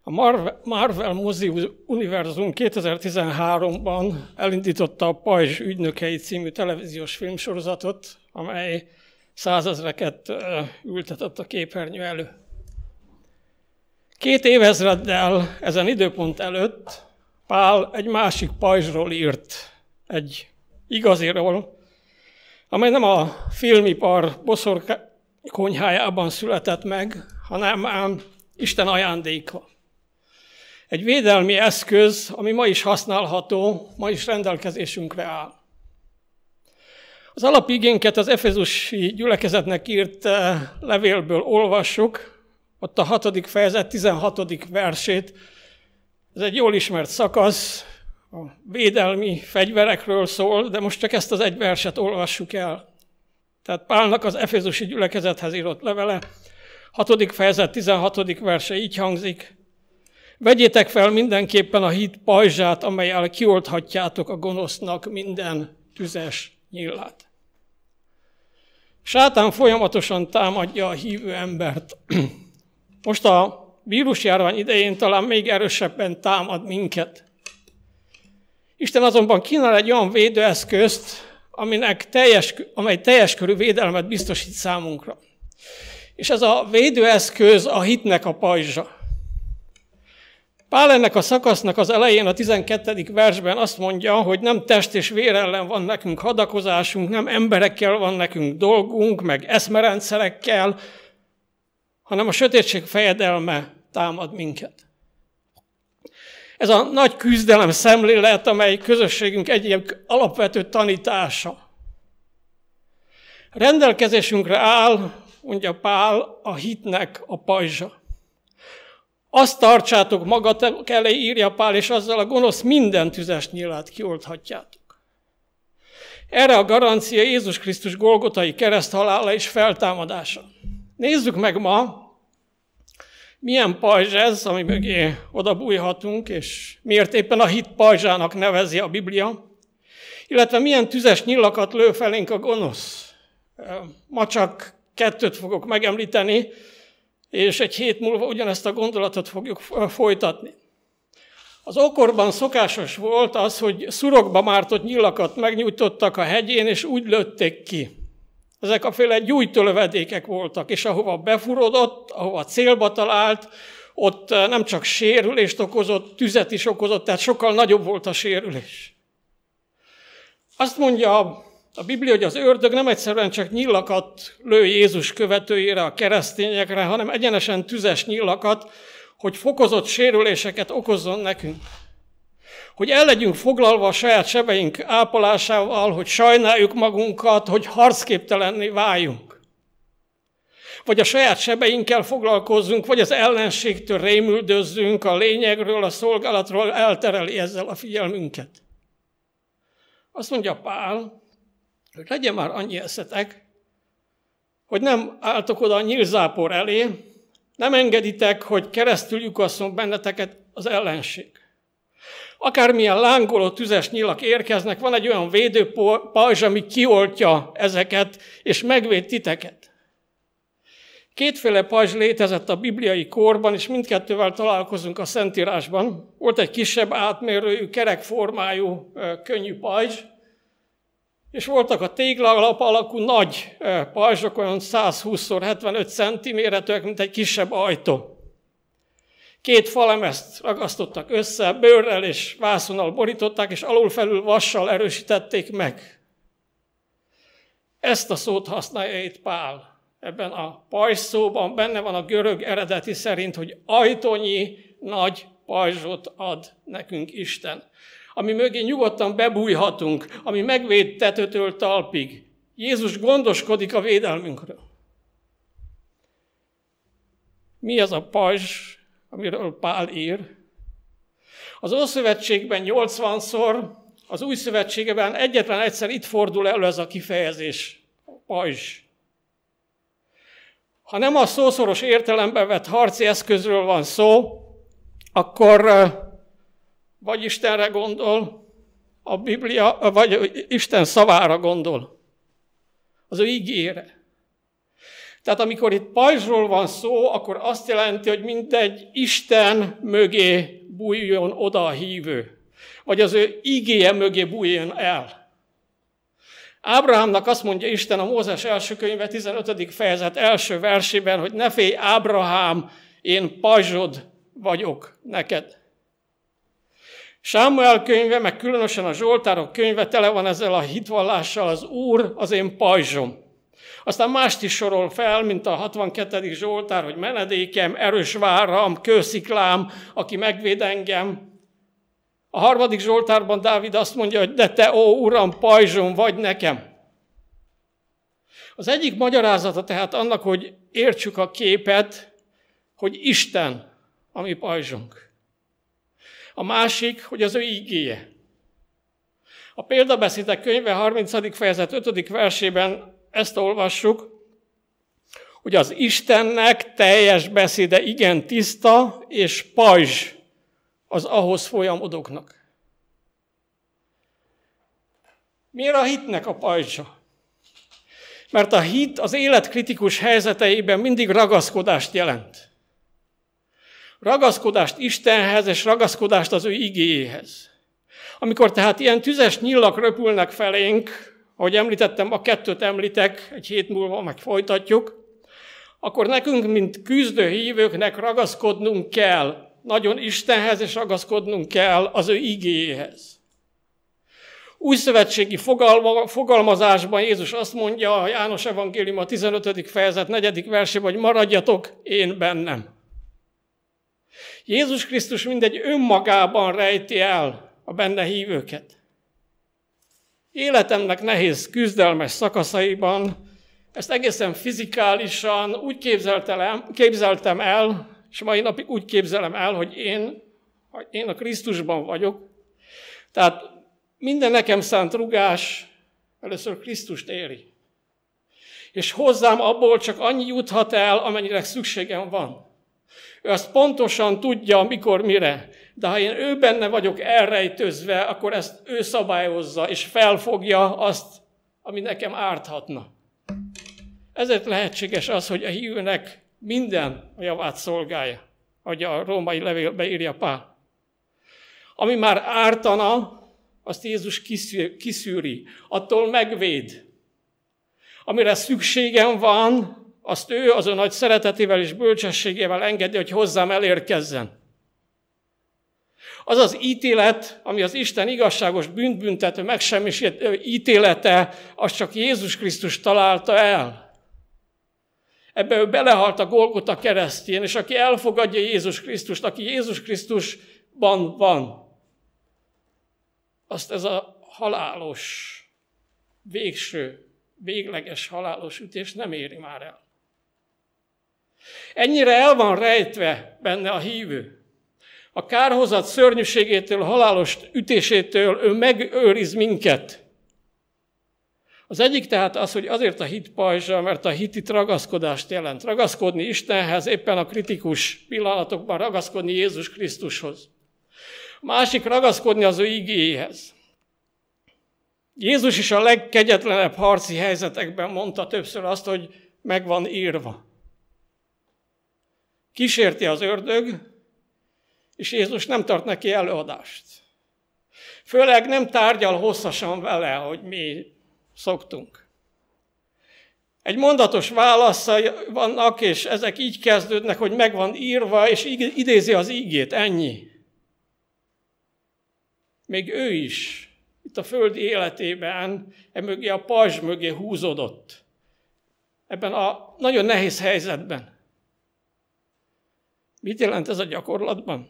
A Marvel mozi univerzum 2013-ban elindította a Pajzs ügynökei című televíziós filmsorozatot, amely százezreket ültetett a képernyő elő. 2 évezreddel ezen időpont előtt Pál egy másik pajzsról írt, egy igaziról, amely nem a filmipar boszorkányhájában született meg, hanem Isten ajándéka. Egy védelmi eszköz, ami ma is használható, ma is rendelkezésünkre áll. Az alapigénket az efezusi gyülekezetnek írt levélből olvassuk, ott a 6. fejezet 16. versét. Ez egy jól ismert szakasz, a védelmi fegyverekről szól, de most csak ezt az egy verset olvassuk el. Tehát Pálnak az efezusi gyülekezethez írott levele, 6. fejezet 16. verse így hangzik: vegyétek fel mindenképpen a hit pajzsát, amellyel kiolthatjátok a gonosznak minden tüzes nyílát. Sátán folyamatosan támadja a hívő embert. Most a vírusjárvány idején talán még erősebben támad minket. Isten azonban kínál egy olyan védőeszközt, amely teljes körű védelmet biztosít számunkra. És ez a védőeszköz a hitnek a pajzsa. Pál ennek a szakasznak az elején, a 12. versben azt mondja, hogy nem test és vér ellen van nekünk hadakozásunk, nem emberekkel van nekünk dolgunk, meg eszmerendszerekkel, hanem a sötétség fejedelme támad minket. Ez a nagy küzdelem szemlélet, amely közösségünk egyik alapvető tanítása. Rendelkezésünkre áll, mondja Pál, a hitnek a pajzsa. Azt tartsátok magatok elé, írja Pál, és azzal a gonosz minden tüzes nyílát kiolthatjátok. Erre a garancia Jézus Krisztus golgotai kereszthalála és feltámadása. Nézzük meg ma, milyen pajzs ez, ami mögé odabújhatunk, és miért éppen a hit pajzsának nevezi a Biblia, illetve milyen tüzes nyilakat lő felénk a gonosz. Ma csak 2 fogok megemlíteni, és egy hét múlva ugyanezt a gondolatot fogjuk folytatni. Az ókorban szokásos volt az, hogy szurokba mártott nyilakat megnyújtottak a hegyén, és úgy lőtték ki. Ezek a féle gyújtólövedékek voltak, és ahova befurodott, ahova célba talált, ott nem csak sérülést okozott, tüzet is okozott, tehát sokkal nagyobb volt a sérülés. Azt mondja a Biblia, hogy az ördög nem egyszerűen csak nyilakat lő Jézus követőire, a keresztényekre, hanem egyenesen tüzes nyilakat, hogy fokozott sérüléseket okozzon nekünk. Hogy el legyünk foglalva a saját sebeink ápolásával, hogy sajnáljuk magunkat, hogy harcképtelenné váljunk. Vagy a saját sebeinkkel foglalkozzunk, vagy az ellenségtől rémüldözzünk, a lényegről, a szolgálatról eltereli ezzel a figyelmünket. Azt mondja Pál, hogy legyen már annyi eszetek, hogy nem álltok oda a nyílzápor elé, nem engeditek, hogy keresztül lyukasszon benneteket az ellenség. Akármilyen lángoló tüzes nyilak érkeznek, van egy olyan védőpajzs, ami kioltja ezeket, és megvéd titeket. 2 pajzs létezett a bibliai korban, és mindkettővel találkozunk a Szentírásban. Volt egy kisebb átmérőjű, kerekformájú, könnyű pajzs, és voltak a téglalap alakú nagy pajzsok, olyan 120x75 cm méretűek, mint egy kisebb ajtó. 2 falemezt ragasztottak össze, bőrrel és vászonnal borították, és alulfelül vassal erősítették meg. Ezt a szót használja itt Pál. Ebben a pajzs szóban benne van a görög eredeti szerint, hogy ajtónyi nagy pajzsot ad nekünk Isten, ami mögé nyugodtan bebújhatunk, ami megvéd tetőtől talpig. Jézus gondoskodik a védelmünkről. Mi az a pajzs, amiről Pál ír? Az Ószövetségben 80-szor, az Új Szövetségben egyetlen egyszer itt fordul elő ez a kifejezés, a pajzs. Ha nem a szószoros értelemben vett harci eszközről van szó, akkor vagy Istenre gondol, a Biblia, vagy Isten szavára gondol, az ő igére. Tehát amikor itt pajzsról van szó, akkor azt jelenti, hogy mindegy Isten mögé bújjon oda a hívő, vagy az ő igéje mögé bújjon el. Ábrahámnak azt mondja Isten a Mózes első könyve 15. fejezet első versében, hogy ne félj, Ábrahám, én pajzsod vagyok neked. Sámuel könyve, meg különösen a Zsoltárok könyve tele van ezzel a hitvallással, az Úr az én pajzsom. Aztán mást is sorol fel, mint a 62. Zsoltár, hogy menedékem, erős váram, kősziklám, aki megvéd engem. A 3. Zsoltárban Dávid azt mondja, hogy de te, ó Uram, pajzsom vagy nekem. Az egyik magyarázata tehát annak, hogy értsük a képet, hogy Isten a mi pajzsunk. A másik, hogy az ő igéje. A Példabeszédek könyve 30. fejezet 5. versében ezt olvassuk, hogy az Istennek teljes beszéde igen tiszta, és pajzs az ahhoz folyamodóknak. Miért a hitnek a pajzsa? Mert a hit az élet kritikus helyzeteiben mindig ragaszkodást jelent. Ragaszkodást Istenhez, és ragaszkodást az ő igéjéhez. Amikor tehát ilyen tüzes nyillak röpülnek felénk, ahogy említettem, a 2 említek, egy hét múlva meg folytatjuk, akkor nekünk, mint küzdő hívőknek ragaszkodnunk kell nagyon Istenhez, és ragaszkodnunk kell az ő igéjéhez. Újszövetségi fogalmazásban Jézus azt mondja a János evangélium a 15. fejezet 4. versében, hogy maradjatok én bennem. Jézus Krisztus mindegy önmagában rejti el a benne hívőket. Életemnek nehéz, küzdelmes szakaszaiban ezt egészen fizikálisan úgy képzeltem el, és mai napig úgy képzelem el, hogy én a Krisztusban vagyok. Tehát minden nekem szánt rugás először Krisztust éri. És hozzám abból csak annyi juthat el, amennyire szükségem van. Ő azt pontosan tudja, mikor, mire. De ha én ő benne vagyok elrejtőzve, akkor ezt ő szabályozza, és felfogja azt, ami nekem árthatna. Ezért lehetséges az, hogy a hívőnek minden a javát szolgálja, ahogy a római levélbe írja Pál. Ami már ártana, azt Jézus kiszűri, attól megvéd. Amire szükségem van, azt ő az ő nagy szeretetével és bölcsességével engedi, hogy hozzám elérkezzen. Az az ítélet, ami az Isten igazságos bűnbüntető megsemmisítő ítélete, az csak Jézus Krisztus találta el. Ebbe ő belehalt a Golgota keresztjén, és aki elfogadja Jézus Krisztust, aki Jézus Krisztusban van, azt ez a halálos, végső, végleges halálos ütés nem éri már el. Ennyire el van rejtve benne a hívő. A kárhozat szörnyűségétől, halálos ütésétől ő megőriz minket. Az egyik tehát az, hogy azért a hit pajzsa, mert a hit itt ragaszkodást jelent. Ragaszkodni Istenhez, éppen a kritikus pillanatokban ragaszkodni Jézus Krisztushoz. A másik ragaszkodni az ő igéjéhez. Jézus is a legkegyetlenebb harci helyzetekben mondta többször azt, hogy meg van írva. Kísérti az ördög, és Jézus nem tart neki előadást. Főleg nem tárgyal hosszasan vele, hogy mi szoktunk. Egy mondatos válaszai vannak, és ezek így kezdődnek, hogy meg van írva, és idézi az ígét, ennyi. Még ő is itt a földi életében emögé a pajzs mögé húzódott. Ebben a nagyon nehéz helyzetben. Mit jelent ez a gyakorlatban?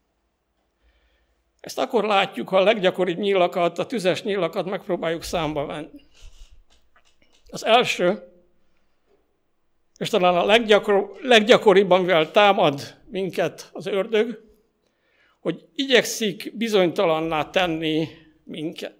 Ezt akkor látjuk, ha a leggyakoribb nyilakat, a tüzes nyilakat megpróbáljuk számba venni. Az első, és talán a leggyakoribban, mivel támad minket az ördög, hogy igyekszik bizonytalanná tenni minket.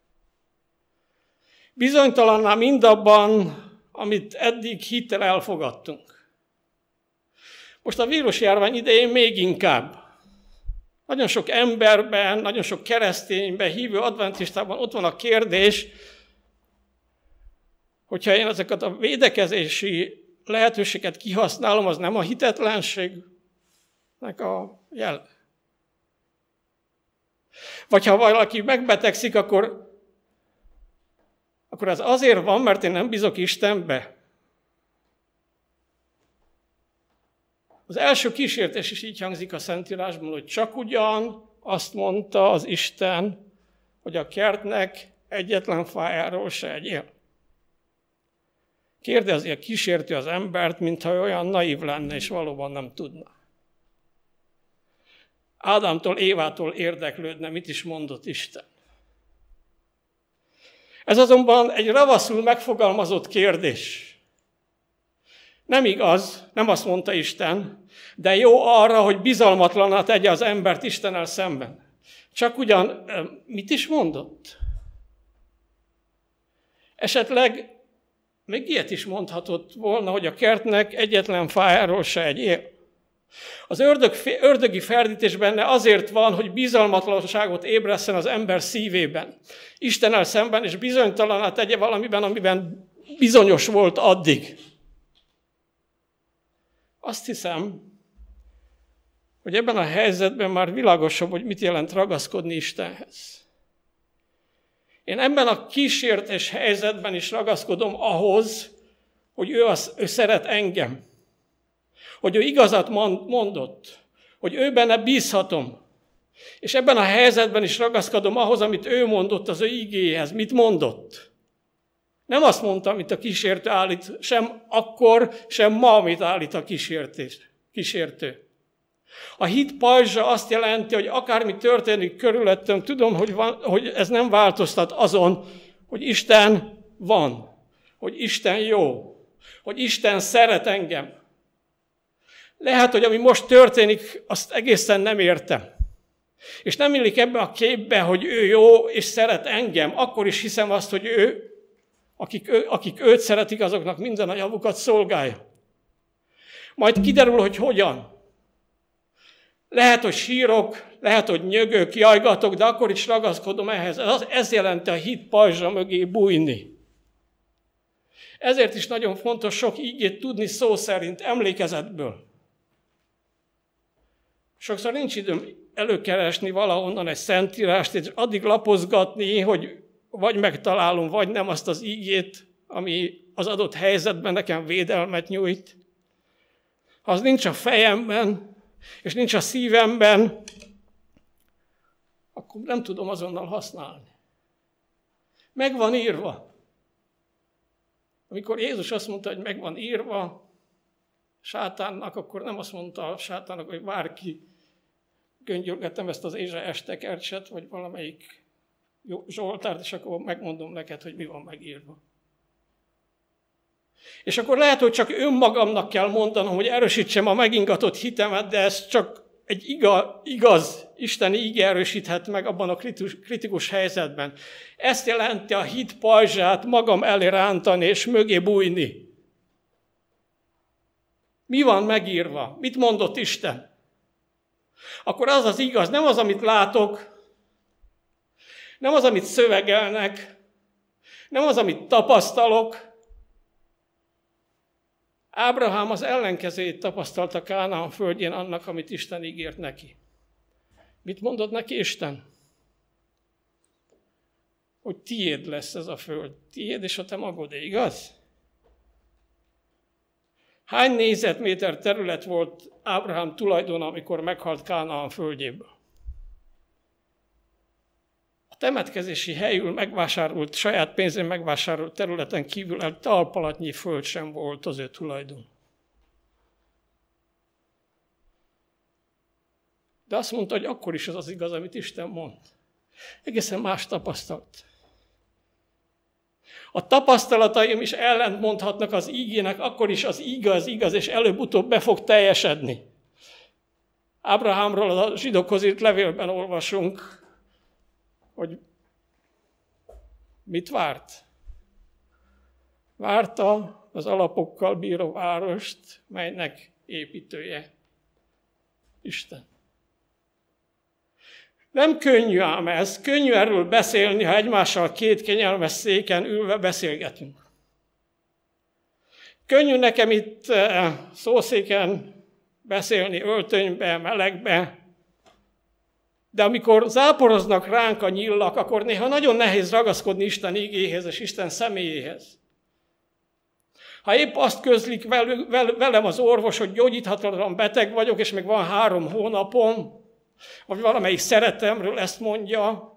Bizonytalanná mindabban, amit eddig hittel elfogadtunk. Most a vírusjárvány idején még inkább. Nagyon sok emberben, nagyon sok keresztényben, hívő adventistában ott van a kérdés, hogyha én ezeket a védekezési lehetőséget kihasználom, az nem a hitetlenségnek a jel. Vagy ha valaki megbetegszik, akkor ez azért van, mert én nem bízok Istenbe. Az első kísértés is így hangzik a Szentírásban, hogy csak ugyan azt mondta az Isten, hogy a kertnek egyetlen fájáról se egyél. Kérdezi a kísértő az embert, mintha olyan naív lenne, és valóban nem tudna. Ádámtól, Évától érdeklődne, mit is mondott Isten. Ez azonban egy ravaszul megfogalmazott kérdés. Nem igaz, nem azt mondta Isten, de jó arra, hogy bizalmatlanná tegye az embert Istennel szemben. Csak ugyan, mit is mondott? Esetleg még ilyet is mondhatott volna, hogy a kertnek egyetlen fájáról se egyél. Az ördögi ferdítés benne azért van, hogy bizalmatlanságot ébresszen az ember szívében. Istennel szemben, és bizonytalaná tegye valamiben, amiben bizonyos volt addig. Azt hiszem, hogy ebben a helyzetben már világosabb, hogy mit jelent ragaszkodni Istenhez. Én ebben a kísértés helyzetben is ragaszkodom ahhoz, hogy ő szeret engem. Hogy ő igazat mondott. Hogy ő benne bízhatom. És ebben a helyzetben is ragaszkodom ahhoz, amit ő mondott az ő igéhez. Mit mondott? Nem azt mondta, amit a kísértő állít, sem akkor, sem ma, amit állít a kísértő. A hit pajzsa azt jelenti, hogy akármi történik körülöttem, tudom, hogy ez nem változtat azon, hogy Isten van, hogy Isten jó, hogy Isten szeret engem. Lehet, hogy ami most történik, azt egészen nem értem. És nem illik ebbe a képbe, hogy ő jó és szeret engem, akkor is hiszem azt, hogy ő, akik őt szeretik, azoknak minden a javukat szolgálja. Majd kiderül, hogy hogyan. Lehet, hogy sírok, lehet, hogy nyögök, jajgatok, de akkor is ragaszkodom ehhez. Ez jelenti a hit pajzsa mögé bújni. Ezért is nagyon fontos sok ígét tudni szó szerint, emlékezetből. Sokszor nincs időm előkeresni valahonnan egy szentírást, és addig lapozgatni, hogy vagy megtalálom, vagy nem azt az ígét, ami az adott helyzetben nekem védelmet nyújt. Ha az nincs a fejemben, és nincs a szívemben, akkor nem tudom azonnal használni. Meg van írva. Amikor Jézus azt mondta, hogy meg van írva sátánnak, akkor nem azt mondta a sátánnak, hogy várj ki, göngyölgetem ezt az Ézsaiás tekercset, vagy valamelyik Zsoltárt, és akkor megmondom neked, hogy mi van megírva. És akkor lehet, hogy csak önmagamnak kell mondanom, hogy erősítsem a megingatott hitemet, de ez csak egy igaz isteni íge erősíthet meg abban a kritikus helyzetben. Ezt jelenti a hit pajzsát magam elé rántani és mögé bújni. Mi van megírva? Mit mondott Isten? Akkor az az igaz, nem az, amit látok, nem az, amit szövegelnek, nem az, amit tapasztalok. Ábrahám az ellenkezőjét tapasztalta Kánaán földjén annak, amit Isten ígért neki. Mit mondott neki Isten? Hogy tiéd lesz ez a föld. Tiéd és a te magodé, igaz? Hány négyzetméter terület volt Ábrahám tulajdona, amikor meghalt Kánaán földjéből? A temetkezési helyül megvásárolt, saját pénzén megvásárolt területen kívül egy talpalatnyi föld sem volt az ő tulajdon. De azt mondta, hogy akkor is az az igaz, amit Isten mond. Egészen más tapasztalt. A tapasztalataim is ellentmondhatnak az ígének, akkor is az igaz, és előbb-utóbb be fog teljesedni. Ábrahámról a zsidókhoz írt levélben olvasunk, hogy mit várt? Várta az alapokkal bíró várost, melynek építője Isten. Nem könnyű ám ez, könnyű erről beszélni, ha egymással két kényelmes széken ülve beszélgetünk. Könnyű nekem itt szószéken beszélni, öltönybe, melegbe, de amikor záporoznak ránk a nyillak, akkor néha nagyon nehéz ragaszkodni Isten igéhez és Isten személyéhez. Ha épp azt közlik velem az orvos, hogy gyógyíthatatlan beteg vagyok, és még van 3 hónapom, vagy valamelyik szeretemről ezt mondja,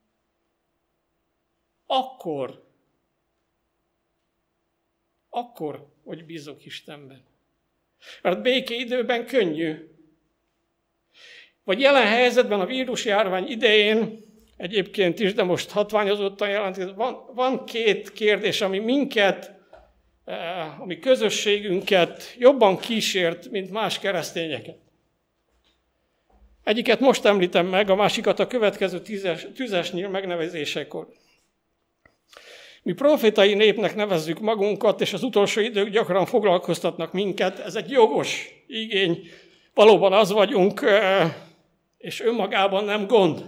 akkor, hogy bízok Istenben. Mert békéidőben könnyű. Vagy jelen helyzetben a vírusjárvány idején, egyébként is, de most hatványozottan jelentkezik, van 2 kérdés, ami minket, ami közösségünket jobban kísért, mint más keresztényeket. Egyiket most említem meg, a másikat a következő tüzes nyíl megnevezésekor. Mi profétai népnek nevezzük magunkat, és az utolsó idők gyakran foglalkoztatnak minket. Ez egy jogos igény, valóban az vagyunk, és önmagában nem gond.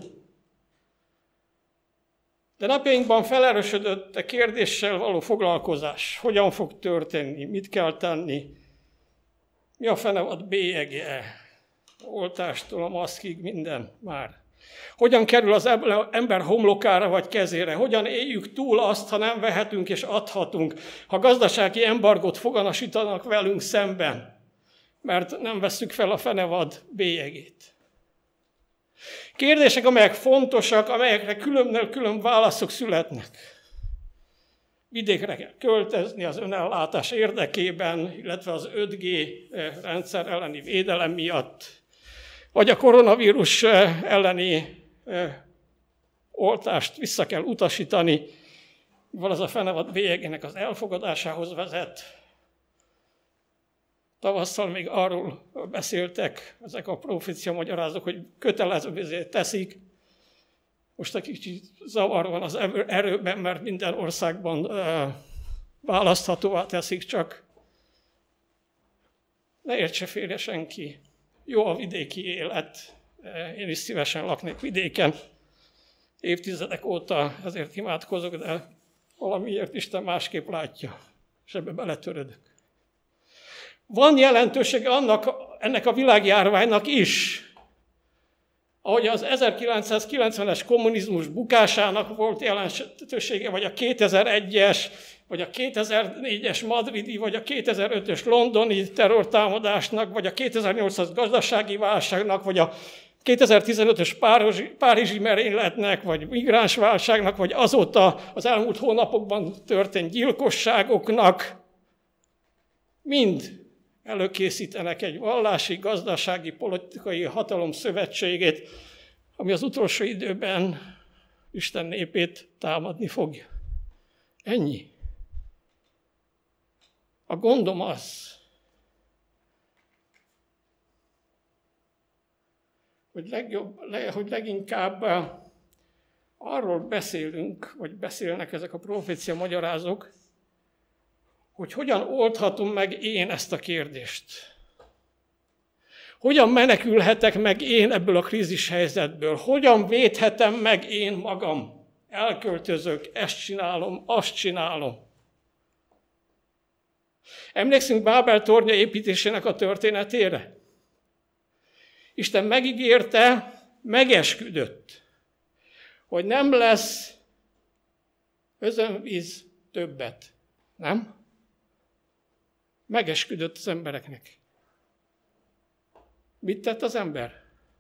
De napjainkban felerősödött a kérdéssel való foglalkozás. Hogyan fog történni, mit kell tenni, mi a fenevad bélyege, oltástól a maszkig, minden már. Hogyan kerül az ember homlokára vagy kezére? Hogyan éljük túl azt, ha nem vehetünk és adhatunk? Ha gazdasági embargót foganasítanak velünk szemben, mert nem vesszük fel a fenevad bélyegét. Kérdések, amelyek fontosak, amelyekre külön válaszok születnek. Vidékre kell költözni az önellátás érdekében, illetve az 5G rendszer elleni védelem miatt, vagy a koronavírus elleni oltást vissza kell utasítani, mivel az a fenevad bélyegének az elfogadásához vezet. Tavasszal még arról beszéltek ezek a profécia magyarázók, hogy kötelezővé teszik. Most egy kicsit zavar van az erőben, mert minden országban választhatóvá teszik, csak ne értse félre senki. Jó a vidéki élet, én is szívesen laknék vidéken. Évtizedek óta ezért imádkozok, de valamiért Isten másképp látja, és ebbe beletörödök. Van jelentősége ennek a világjárványnak is. Ahogy az 1990-es kommunizmus bukásának volt jelentősége, vagy a 2001-es, vagy a 2004-es madridi, vagy a 2005-ös londoni terrortámadásnak, vagy a 2008-as gazdasági válságnak, vagy a 2015-ös párizsi merényletnek, vagy migránsválságnak, vagy azóta az elmúlt hónapokban történt gyilkosságoknak, mind előkészítenek egy vallási, gazdasági, politikai hatalom szövetségét, ami az utolsó időben Isten népét támadni fogja. Ennyi. A gondom az, hogy leginkább arról beszélünk, vagy beszélnek ezek a profécia magyarázók, hogy hogyan oldhatom meg én ezt a kérdést. Hogyan menekülhetek meg én ebből a krízis helyzetből? Hogyan védhetem meg én magam? Elköltözök, ezt csinálom, azt csinálom. Emlékszünk Bábel tornya építésének a történetére? Isten megígérte, megesküdött, hogy nem lesz özönvíz többet. Nem? Megesküdött az embereknek. Mit tett az ember?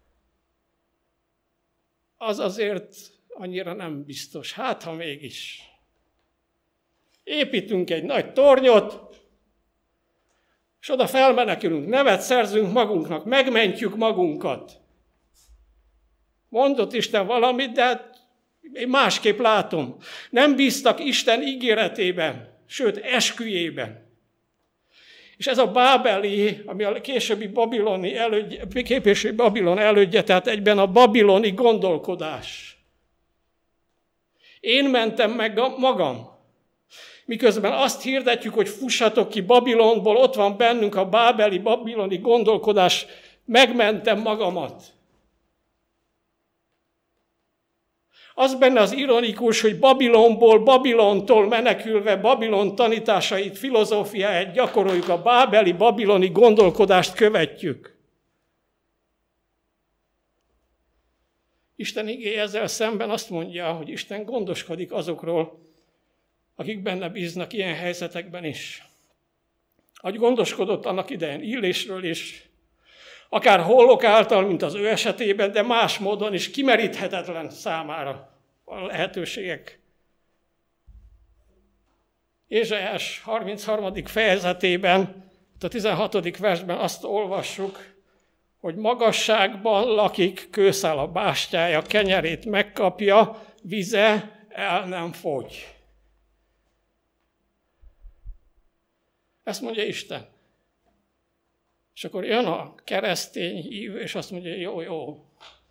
Az azért annyira nem biztos. Hát, ha mégis. Építünk egy nagy tornyot, és oda felmenekülünk, nevet szerzünk magunknak, megmentjük magunkat. Mondott Isten valamit, de én másképp látom. Nem bíztak Isten ígéretében, sőt esküjében. És ez a bábeli, ami a későbbi Babilon elődje, tehát egyben a babiloni gondolkodás. Én mentem meg magam. Miközben azt hirdetjük, hogy fussatok ki Babilonból, ott van bennünk a bábeli, babiloni gondolkodás, megmentem magamat. Az benne az ironikus, hogy Babilontól menekülve Babilon tanításait, filozófiáját gyakoroljuk, a babiloni gondolkodást követjük. Isten igéje ezzel szemben azt mondja, hogy Isten gondoskodik azokról, akik benne bíznak ilyen helyzetekben is. Ahogy gondoskodott annak idején Illésről is, akár Hollok által, mint az ő esetében, de más módon is kimeríthetetlen számára a lehetőségek. Ézsaiás 33. fejezetében, a 16. versben azt olvassuk, hogy magasságban lakik, kőszál a bástyája, kenyerét megkapja, vize el nem fogy. Ezt mondja Isten. És akkor jön a keresztény hívő, és azt mondja, jó,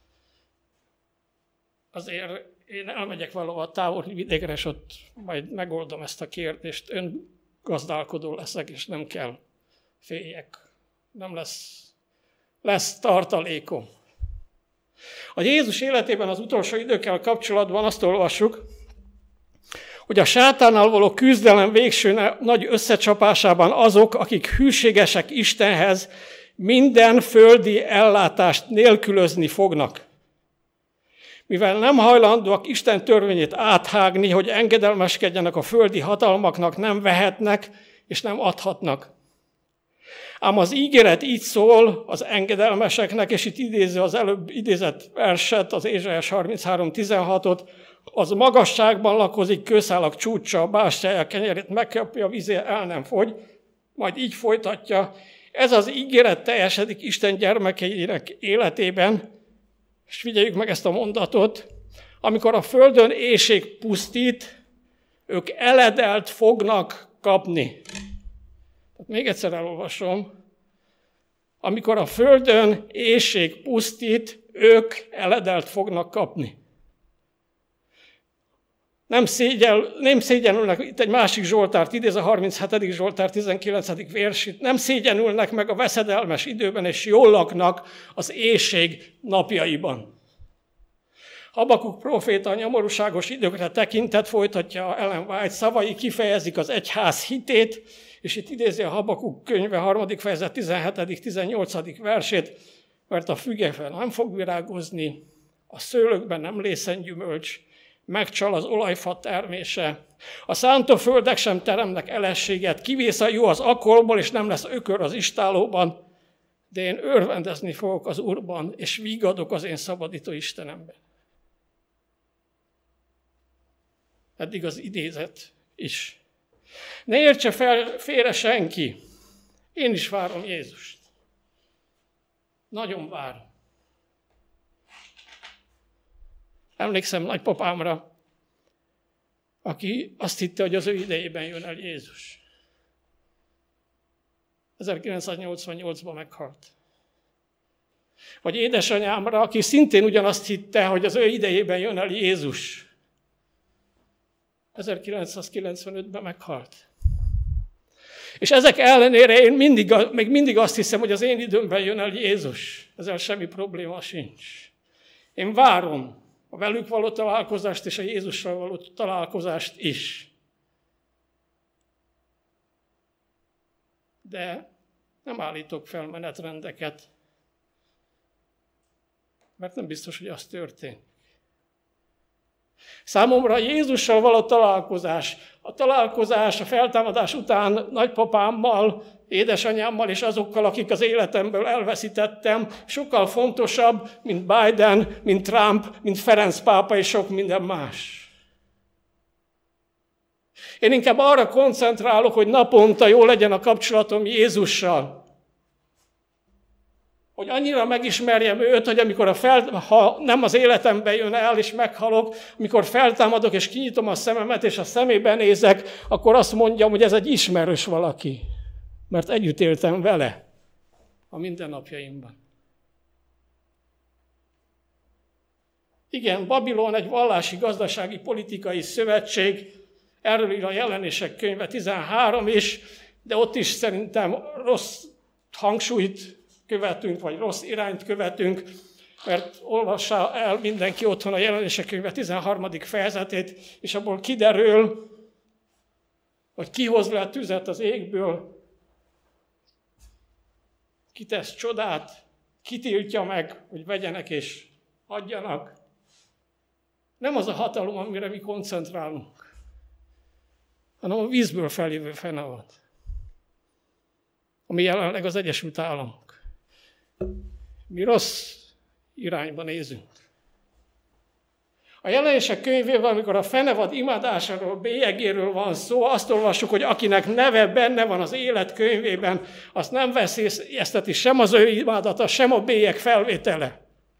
azért én elmegyek valahol távoli vidékre, és ott majd megoldom ezt a kérdést. Öngazdálkodó leszek, és nem kell féljek. Nem lesz tartalékom. A Jézus életében az utolsó időkkel kapcsolatban azt olvassuk, hogy a sátánnal való küzdelem végső nagy összecsapásában azok, akik hűségesek Istenhez, minden földi ellátást nélkülözni fognak. Mivel nem hajlandóak Isten törvényét áthágni, hogy engedelmeskedjenek a földi hatalmaknak, nem vehetnek és nem adhatnak. Ám az ígéret így szól az engedelmeseknek, és itt idézi az előbb idézett verset, az Ézsaiás 33.16-ot, az magasságban lakozik, kőszálak csúcsa, a bástyája, kenyerét megkapja, a vízé el nem fogy, majd így folytatja. Ez az ígéret teljesedik Isten gyermekeinek életében, és figyeljük meg ezt a mondatot, amikor a földön éhség pusztít, ők eledelt fognak kapni. Még egyszer elolvasom. Amikor a földön éhség pusztít, ők eledelt fognak kapni. Nem szégyenülnek, itt egy másik Zsoltárt idéz, a 37. Zsoltár 19. versét, nem szégyenülnek meg a veszedelmes időben, és jól laknak az éhség napjaiban. Habakuk próféta a nyomorúságos időkre tekintet, folytatja Ellen White, szavai kifejezik az egyház hitét, és itt idézi a Habakuk könyve 3. fejezet 17.-18. versét, mert a fügefen nem fog virágozni, a szőlőkben nem lészen gyümölcs, megcsal az olajfa termése, a szántóföldek sem teremnek elességet, kivész a jó az akolból, és nem lesz ökör az istálóban, de én örvendezni fogok az Úrban, és vígadok az én szabadító Istenemben. Eddig az idézet is. Ne értse félre senki. Én is várom Jézust. Nagyon várom. Emlékszem nagypapámra, aki azt hitte, hogy az ő idejében jön el Jézus. 1988-ban meghalt. Vagy édesanyámra, aki szintén ugyanazt hitte, hogy az ő idejében jön el Jézus. 1995-ben meghalt. És ezek ellenére én még mindig azt hiszem, hogy az én időmben jön el Jézus. Ezzel semmi probléma sincs. Én várom a velük való találkozást és a Jézussal való találkozást is. De nem állítok fel menetrendeket, mert nem biztos, hogy az történik. Számomra Jézussal való találkozás, a feltámadás után nagypapámmal, édesanyámmal és azokkal, akik az életemből elveszítettem, sokkal fontosabb, mint Biden, mint Trump, mint Ferenc pápa és sok minden más. Én inkább arra koncentrálok, hogy naponta jó legyen a kapcsolatom Jézussal. Hogy annyira megismerjem őt, hogy amikor ha nem az életemben jön el, és meghalok, amikor feltámadok, és kinyitom a szememet, és a szemébe nézek, akkor azt mondjam, hogy ez egy ismerős valaki. Mert együtt éltem vele a mindennapjaimban. Igen, Babilon egy vallási, gazdasági, politikai szövetség, erről ír a Jelenések könyve 13 is, de ott is szerintem rossz hangsúlyt követünk, vagy rossz irányt követünk. mert olvassa el mindenki otthon a Jelenések könyve 13. fejezetét, és abból kiderül, hogy kihoz le a tüzet az égből, kitesz csodát, kitiltja meg, hogy vegyenek és adjanak. Nem az a hatalom, amire mi koncentrálunk, hanem a vízből feljövő fenevad, ami jelenleg az Egyesült Államok. Mi rossz irányba nézünk. A Jelenések könyvében, amikor a fenevad imádásáról, bélyegéről van szó, azt olvassuk, hogy akinek neve benne van az élet könyvében, azt nem veszélyezteti sem az ő imádata, sem a bélyeg felvétele.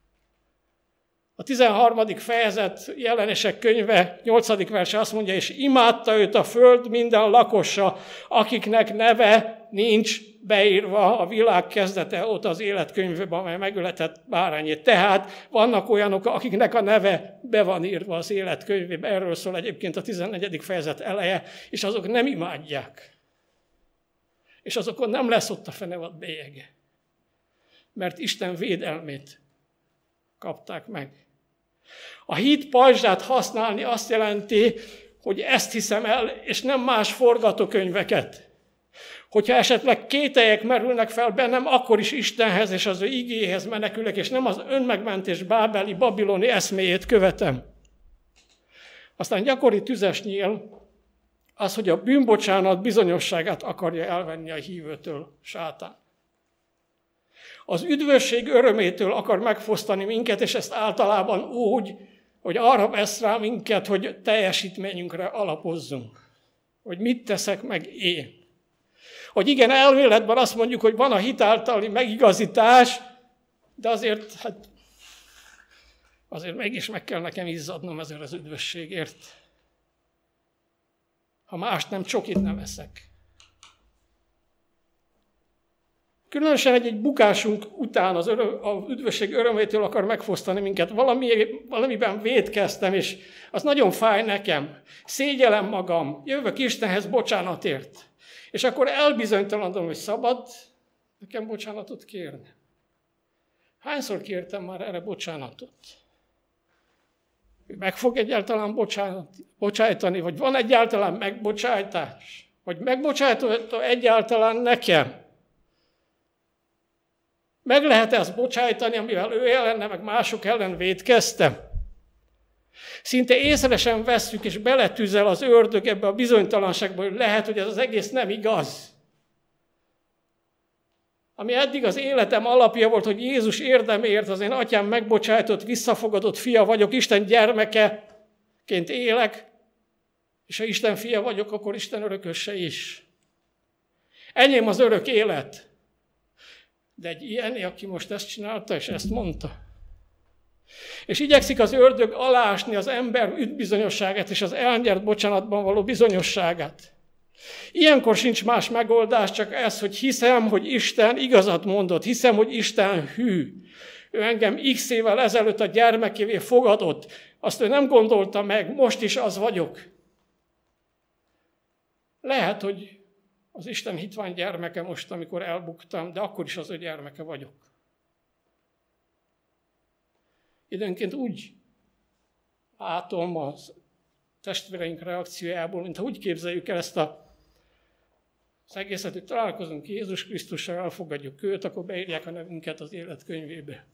A 13. fejezet Jelenések könyve 8. verse azt mondja, és imádta őt a föld minden lakosa, akiknek neve nincs beírva a világ kezdete óta az életkönyvében, amely megöletett bárányét. Tehát vannak olyanok, akiknek a neve be van írva az életkönyvében. Erről szól egyébként a 14. fejezet eleje, és azok nem imádják. És azokon nem lesz ott a fenevad bélyege. Mert Isten védelmét kapták meg. A hit pajzsát használni azt jelenti, hogy ezt hiszem el, és nem más forgatókönyveket. Hogyha esetleg kételyek merülnek fel bennem, akkor is Istenhez és az ő igéhez menekülök, és nem az önmegmentés bábeli, babiloni eszméjét követem. Aztán gyakori tüzes nyíl az, hogy a bűnbocsánat bizonyosságát akarja elvenni a hívőtől sátán. Az üdvösség örömétől akar megfosztani minket, és ezt általában úgy, hogy arra vesz rá minket, hogy teljesítményünkre alapozzunk. Hogy mit teszek meg én. Hogy igen, elméletben azt mondjuk, hogy van a hit általi megigazítás, de azért mégis meg kell nekem izzadnom ezért az üdvösségért. Ha mást nem, csokit nem eszek. Különösen egy bukásunk után az üdvösség örömétől akar megfosztani minket. Valamiben vétkeztem, és az nagyon fáj nekem. Szégyellem magam, jövök Istenhez bocsánatért. És akkor elbizonytalanodom, hogy szabad nekem bocsánatot kérni. Hányszor kértem már erre bocsánatot? Ő meg fog egyáltalán bocsájtani, vagy van egyáltalán megbocsájtás? Vagy megbocsájtott egyáltalán nekem? Meg lehet ezt bocsájtani, amivel ő ellene, meg mások ellen vétkeztem? Szinte észre sem vesszük, és beletűzel az ördög ebbe a bizonytalanságba, hogy lehet, hogy ez az egész nem igaz. Ami eddig az életem alapja volt, hogy Jézus érdeméért az én atyám megbocsájtott, visszafogadott fia vagyok, Isten gyermekeként élek, és ha Isten fia vagyok, akkor Isten örököse is. Enyém az örök élet. De egy ilyen, aki most ezt csinálta, és ezt mondta. És igyekszik az ördög alásni az ember üdvbizonyosságát és az elnyert bocsánatban való bizonyosságát. Ilyenkor sincs más megoldás, csak ez, hogy hiszem, hogy Isten igazat mondott, hiszem, hogy Isten hű. Ő engem x évvel ezelőtt a gyermekévé fogadott, azt ő nem gondolta meg, most is az vagyok. Lehet, hogy az Isten hitvány gyermeke most, amikor elbuktam, de akkor is az ő gyermeke vagyok. Időnként úgy látom a testvéreink reakciójából, mintha úgy képzeljük el ezt az egészet, hogy találkozunk Jézus Krisztussal, elfogadjuk őt, akkor beírják a nevünket az életkönyvébe.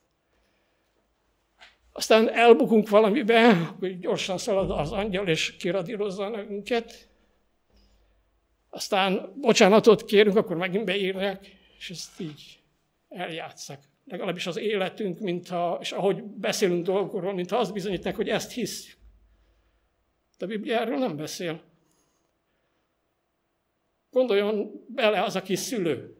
Aztán elbukunk valamibe, akkor gyorsan szalad az angyal, és kiradírozza a nevünket. Aztán bocsánatot kérünk, akkor megint beírják, és ezt így eljátsszák. Legalábbis az életünk, és ahogy beszélünk dolgokról, mintha azt bizonyítják, hogy ezt hiszük. De a Biblia erről nem beszél. Gondoljon bele az, aki szülő.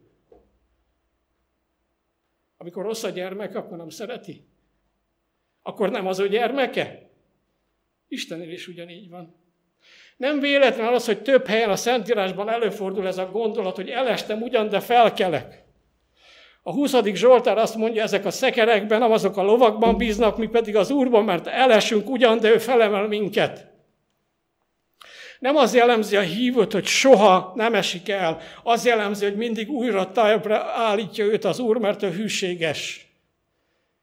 Amikor rossz a gyermek, akkor nem szereti. Akkor nem az ő gyermeke? Istennél is ugyanígy van. Nem véletlen az, hogy több helyen a Szentírásban előfordul ez a gondolat, hogy elestem ugyan, de felkelek. A 20. Zsoltár azt mondja, ezek a szekerekben, nem azok a lovakban bíznak, mi pedig az Úrban, mert elesünk ugyan, de ő felemel minket. Nem az jellemzi a hívőt, hogy soha nem esik el. Az jellemzi, hogy mindig újra talpra állítja őt az Úr, mert ő hűséges.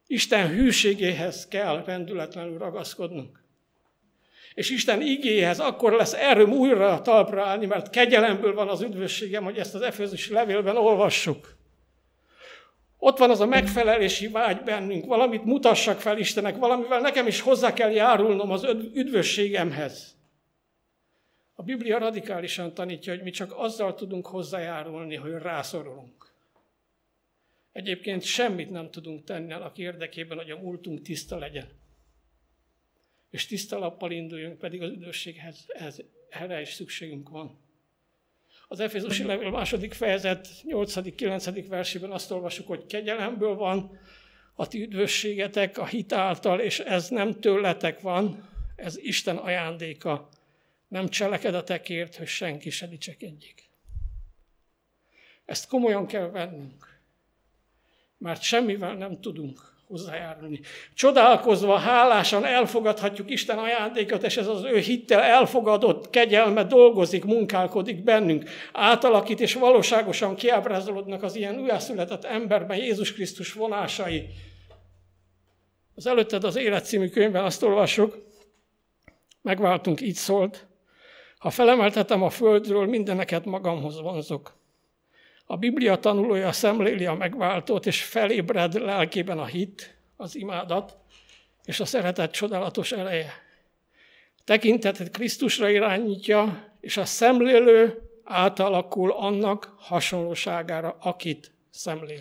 Isten hűségéhez kell rendületlenül ragaszkodnunk. És Isten igéhez akkor lesz erőm újra talpra állni, mert kegyelemből van az üdvösségem, hogy ezt az Efézusi levélben olvassuk. Ott van az a megfelelési vágy bennünk, valamit mutassak fel Istennek, valamivel nekem is hozzá kell járulnom az üdvösségemhez. A Biblia radikálisan tanítja, hogy mi csak azzal tudunk hozzájárulni, hogy rászorulunk. Egyébként semmit nem tudunk tenni annak érdekében, hogy a múltunk tiszta legyen. És tiszta lappal induljunk, pedig az üdvösséghez erre is szükségünk van. Az Efézusi levél 2. fejezet 8.-9. versében azt olvasjuk, hogy kegyelemből van a ti üdvösségetek a hit által, és ez nem tőletek van, ez Isten ajándéka, nem cselekedetekért, hogy senki se dicsekedjék. Ezt komolyan kell vennünk, mert semmivel nem tudunk hozzájárulni. Csodálkozva, hálásan elfogadhatjuk Isten ajándékot, és ez az ő hittel elfogadott kegyelme dolgozik, munkálkodik bennünk. Átalakít és valóságosan kiábrázolódnak az ilyen újjászületett emberben Jézus Krisztus vonásai. Az Előtted az Élet című könyvben azt olvassuk, megváltunk, így szólt, ha felemeltetem a földről, mindeneket magamhoz vonzok. A Biblia tanulója szemléli a megváltót, és felébred lelkében a hit, az imádat, és a szeretet csodálatos ereje. Tekintetet Krisztusra irányítja, és a szemlélő átalakul annak hasonlóságára, akit szemlél.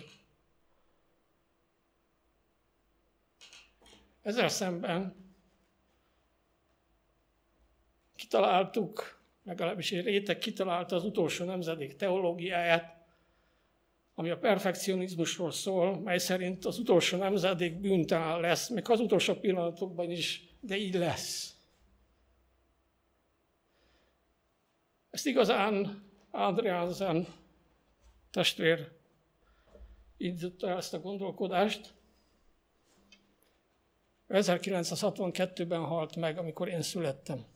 Ezzel szemben kitaláltuk, legalábbis egy réteg kitalálta az utolsó nemzedék teológiáját, ami a perfekcionizmusról szól, mely szerint az utolsó nemzedék bűntelen lesz, még az utolsó pillanatokban is, de így lesz. Ezt igazán Andreasen testvér indította ezt a gondolkodást. 1962-ben halt meg, amikor én születtem.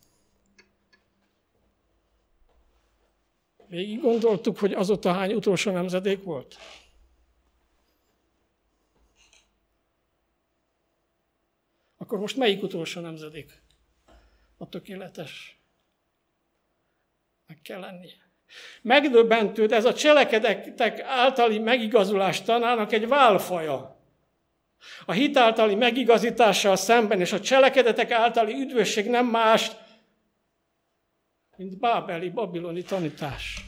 Végig gondoltuk, hogy azóta hány utolsó nemzedék volt? Akkor most melyik utolsó nemzedék a tökéletes? Meg kell lennie. Megdöbbentő, de ez a cselekedetek általi megigazulás tanának egy válfaja. A hit általi megigazítással szemben és a cselekedetek általi üdvösség nem más, mint bábeli, babiloni tanítás.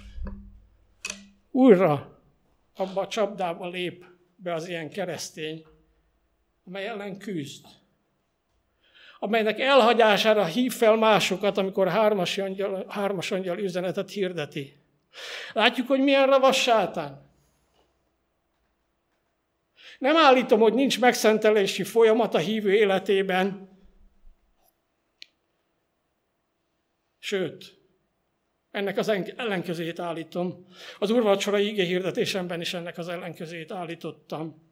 Újra abba a csapdába lép be az ilyen keresztény, amely ellen küzd. Amelynek elhagyására hív fel másokat, amikor hármas angyal üzenetet hirdeti. Látjuk, hogy milyen ravas sátán. Nem állítom, hogy nincs megszentelési folyamat a hívő életében, sőt, ennek az ellenkezőjét állítom. Az úrvacsorai igéhirdetésemben is ennek az ellenkezőjét állítottam.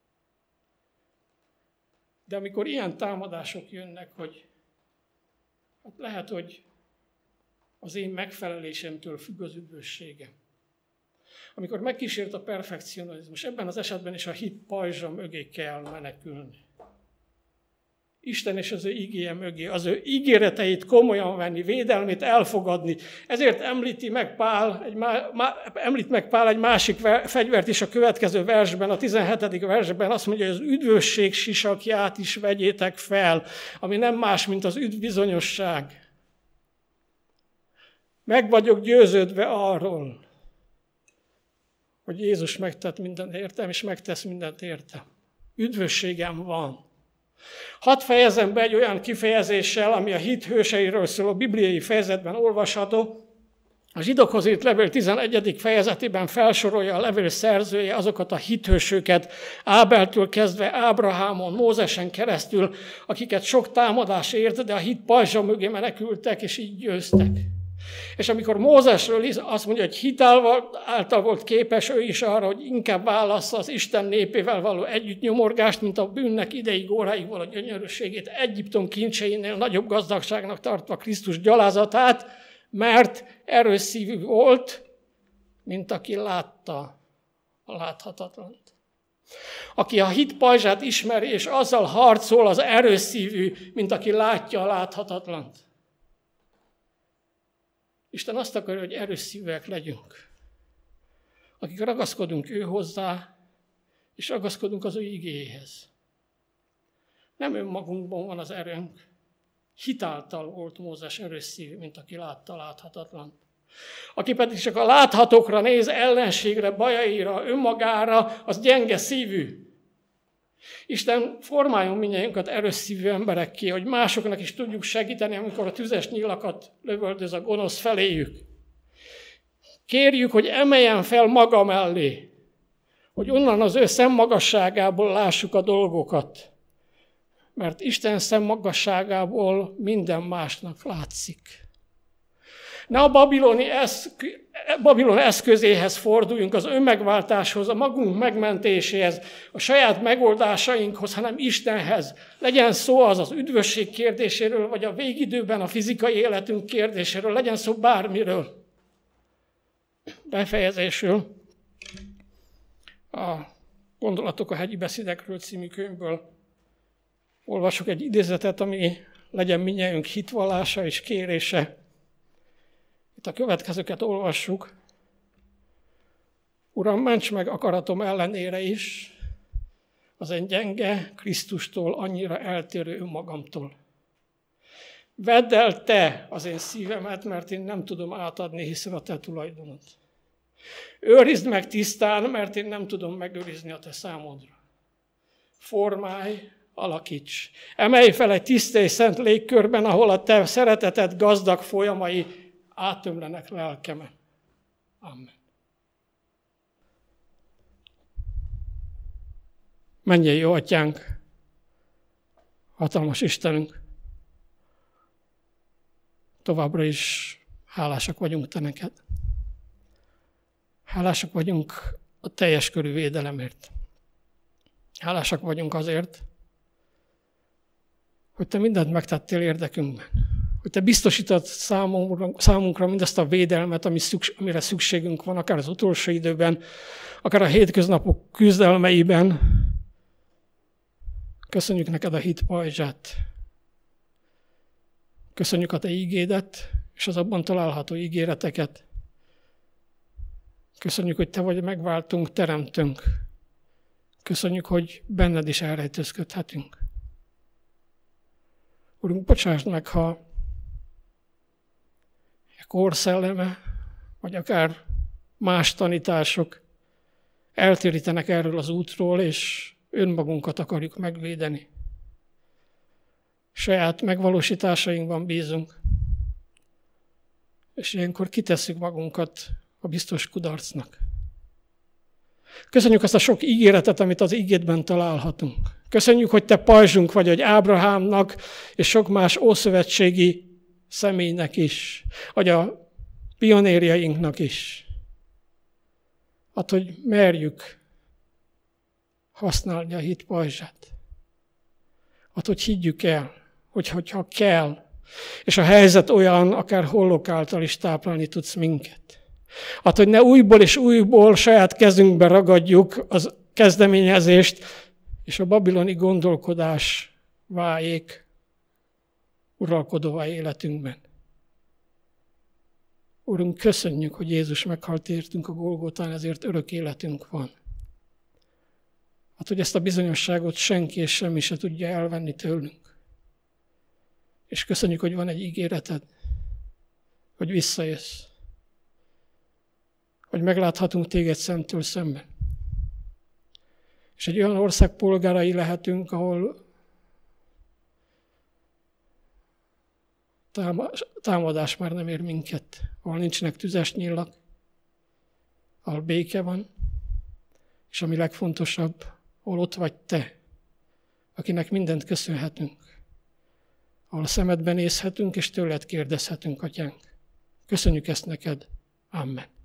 De amikor ilyen támadások jönnek, hogy hát lehet, hogy az én megfelelésemtől függ az üdvösségem. Amikor megkísért a perfekcionizmus, ebben az esetben is a hit pajzsa mögé kell menekülni. Isten és az ő igéje mögé, az ő ígéreteit komolyan venni, védelmét elfogadni. Ezért említ meg Pál egy másik fegyvert is a következő versben, a 17. versben. Azt mondja, hogy az üdvösség sisakját is vegyétek fel, ami nem más, mint az üdvbizonyosság. Meg vagyok győződve arról, hogy Jézus megtett mindent értem, és megtesz mindent értem. Üdvösségem van. Hadd fejezem be egy olyan kifejezéssel, ami a hit hőseiről szóló bibliai fejezetben olvasható. A Zsidókhoz írt levél 11. fejezetében felsorolja a levél szerzője azokat a hithősöket, Ábeltől kezdve Ábrahámon, Mózesen keresztül, akiket sok támadás ért, de a hit pajzsa mögé menekültek, és így győztek. És amikor Mózesről azt mondja, hogy hit által volt képes ő is arra, hogy inkább válassza az Isten népével való együttnyomorgást, mint a bűnnek ideig, óráig való gyönyörűségét, Egyiptom kincseinél nagyobb gazdagságnak tartva Krisztus gyalázatát, mert erős szívű volt, mint aki látta a láthatatlant. Aki a hit pajzsát ismeri, és azzal harcol, az erős szívű, mint aki látja a láthatatlant. Isten azt akarja, hogy erős szívűek legyünk. Akik ragaszkodunk ő hozzá, és ragaszkodunk az ő igéhez. Nem önmagunkban van az erőnk. Hitáltal volt Mózes erős szívű, mint aki látta a láthatatlant. Aki pedig csak a láthatókra néz, ellenségre, bajaira, önmagára, az gyenge szívű. Isten formáljon mindnyájunkat erős szívű emberekké, hogy másoknak is tudjuk segíteni, amikor a tüzes nyilakat lövöldöz a gonosz feléjük. Kérjük, hogy emeljen fel maga mellé, hogy onnan az ő szemmagasságából lássuk a dolgokat. Mert Isten szemmagasságából minden másnak látszik. Ne a Babilon eszközéhez forduljunk, az önmegváltáshoz, a magunk megmentéséhez, a saját megoldásainkhoz, hanem Istenhez. Legyen szó az üdvösség kérdéséről, vagy a végidőben a fizikai életünk kérdéséről, legyen szó bármiről. Befejezésül a Gondolatok a hegyi beszédekről című könyvből olvasok egy idézetet, ami legyen mindnyájunk hitvallása és kérése. Itt a következőket olvassuk. Uram, ments meg akaratom ellenére is, az én gyenge Krisztustól annyira eltérő önmagamtól. Vedd el te az én szívemet, mert én nem tudom átadni, hiszen a te tulajdonod. Őrizd meg tisztán, mert én nem tudom megőrizni a te számodra. Formálj, alakíts. Emelj fel egy tiszta és szent légkörben, ahol a te szereteted gazdag folyamai átömlenek lelkemen. Amen. Mennyei jó atyánk, hatalmas Istenünk, továbbra is hálásak vagyunk te neked. Hálásak vagyunk a teljes körű védelemért. Hálásak vagyunk azért, hogy te mindent megtettél érdekünkben. Hogy te biztosítod számunkra mindazt a védelmet, amire szükségünk van, akár az utolsó időben, akár a hétköznapok küzdelmeiben. Köszönjük neked a hit pajzsát. Köszönjük a te ígédet, és az abban található ígéreteket. Köszönjük, hogy te vagy megváltunk, teremtünk. Köszönjük, hogy benned is elrejtőzködhetünk. Urunk, bocsásd meg, ha a korszelleme, vagy akár más tanítások eltérítenek erről az útról, és önmagunkat akarjuk megvédeni. Saját megvalósításainkban bízunk, és ilyenkor kitesszük magunkat a biztos kudarcnak. Köszönjük azt a sok ígéretet, amit az ígédben találhatunk. Köszönjük, hogy te pajzsunk vagy, hogy Ábrahámnak és sok más ószövetségi személynek is, vagy a pionérjainknak is. Hát, hogy merjük használni a hit pajzsát. Hát, hogy higgyük el, hogyha kell, és a helyzet olyan, akár hollók által is táplálni tudsz minket. Hát, hogy ne újból és újból saját kezünkbe ragadjuk az kezdeményezést, és a babiloni gondolkodás váljék uralkodóvá életünkben. Urunk, köszönjük, hogy Jézus meghalt értünk a Golgotán, ezért örök életünk van. Hát, hogy ezt a bizonyosságot senki és semmi se tudja elvenni tőlünk. És köszönjük, hogy van egy ígéreted, hogy visszajössz. Hogy megláthatunk téged szemtől szemben. És egy olyan ország polgárai lehetünk, ahol támadás már nem ér minket, ahol nincsenek tüzes nyílak, ahol béke van, és ami legfontosabb, ahol ott vagy te, akinek mindent köszönhetünk, ahol a szemedben nézhetünk, és tőled kérdezhetünk, atyánk. Köszönjük ezt neked. Amen.